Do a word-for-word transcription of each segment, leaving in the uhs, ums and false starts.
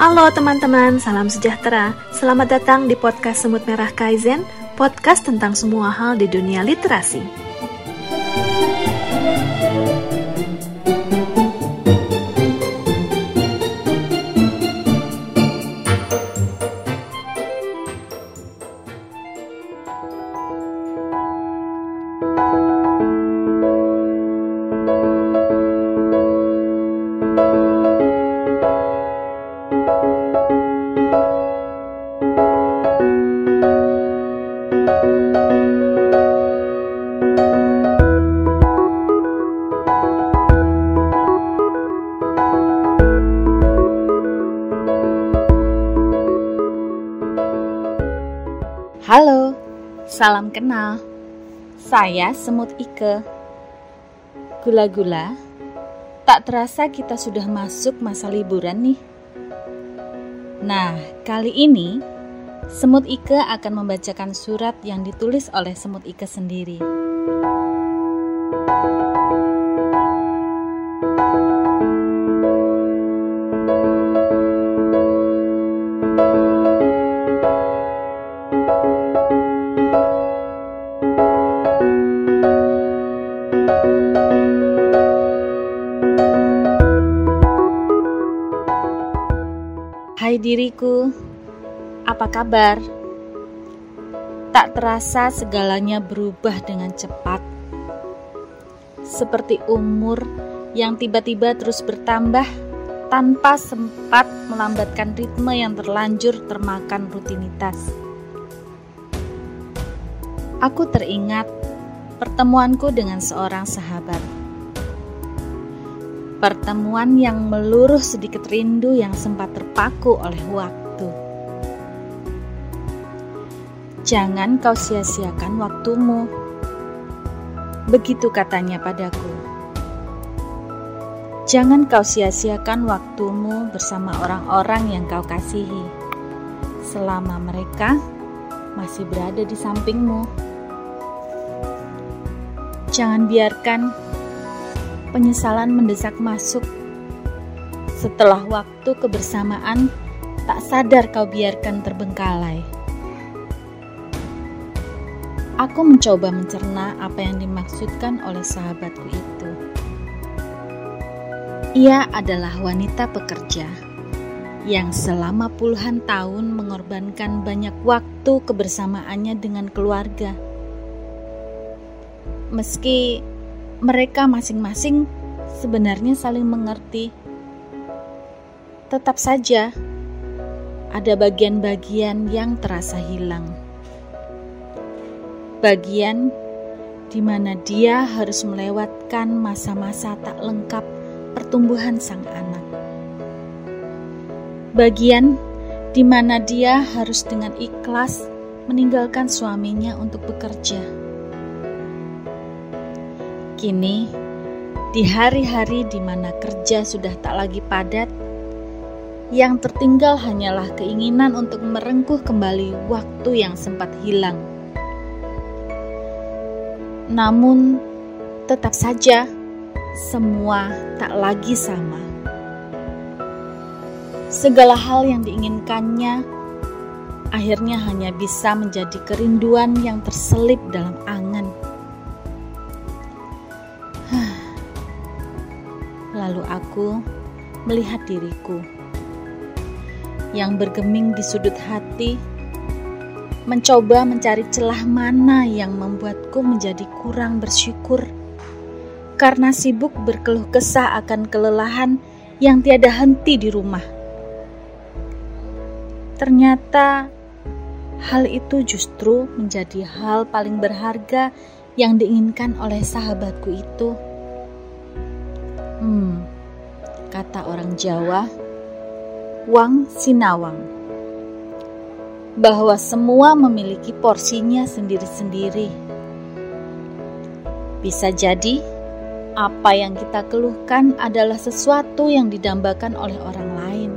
Halo teman-teman, salam sejahtera. Selamat datang di podcast Semut Merah Kaizen, podcast tentang semua hal di dunia literasi. Halo, salam kenal. Saya Semut Ike. Gula-gula, tak terasa kita sudah masuk masa liburan nih. Nah, kali ini Semut Ike akan membacakan surat yang ditulis oleh Semut Ike sendiri. Hai diriku, apa kabar? Tak terasa segalanya berubah dengan cepat. Seperti umur yang tiba-tiba terus bertambah tanpa sempat melambatkan ritme yang terlanjur termakan rutinitas. Aku teringat pertemuanku dengan seorang sahabat. Pertemuan yang meluruh sedikit rindu yang sempat terpaku oleh waktu. Jangan kau sia-siakan waktumu. Begitu katanya padaku. Jangan kau sia-siakan waktumu bersama orang-orang yang kau kasihi, selama mereka masih berada di sampingmu. Jangan biarkan penyesalan mendesak masuk setelah waktu kebersamaan tak sadar kau biarkan terbengkalai. Aku mencoba mencerna apa yang dimaksudkan oleh sahabatku itu. Ia adalah wanita pekerja yang selama puluhan tahun mengorbankan banyak waktu kebersamaannya dengan keluarga. Meski mereka masing-masing sebenarnya saling mengerti, tetap saja ada bagian-bagian yang terasa hilang. Bagian di mana dia harus melewatkan masa-masa tak lengkap pertumbuhan sang anak. Bagian di mana dia harus dengan ikhlas meninggalkan suaminya untuk bekerja. Kini, di hari-hari di mana kerja sudah tak lagi padat, yang tertinggal hanyalah keinginan untuk merengkuh kembali waktu yang sempat hilang. Namun, tetap saja, semua tak lagi sama. Segala hal yang diinginkannya, akhirnya hanya bisa menjadi kerinduan yang terselip dalam angan. Lalu aku melihat diriku yang bergeming di sudut hati, mencoba mencari celah mana yang membuatku menjadi kurang bersyukur karena sibuk berkeluh kesah akan kelelahan yang tiada henti di rumah. Ternyata hal itu justru menjadi hal paling berharga yang diinginkan oleh sahabatku itu. Hmm, kata orang Jawa, wang sinawang, bahwa semua memiliki porsinya sendiri-sendiri. Bisa jadi, apa yang kita keluhkan adalah sesuatu yang didambakan oleh orang lain.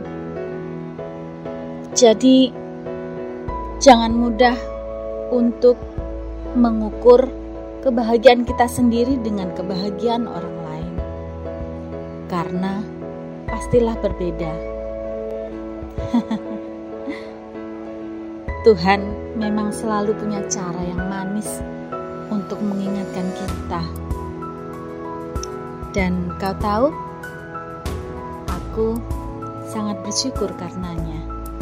Jadi, jangan mudah untuk mengukur kebahagiaan kita sendiri dengan kebahagiaan orang lain. Karena pastilah berbeda. Tuhan memang selalu punya cara yang manis untuk mengingatkan kita. Dan kau tahu, aku sangat bersyukur karenanya.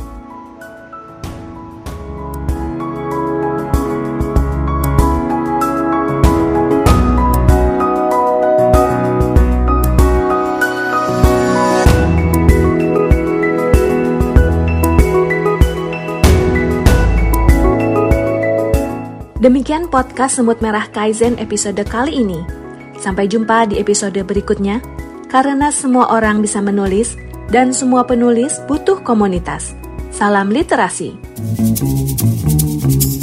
Demikian podcast Semut Merah Kaizen episode kali ini. Sampai jumpa di episode berikutnya, karena semua orang bisa menulis dan semua penulis butuh komunitas. Salam literasi.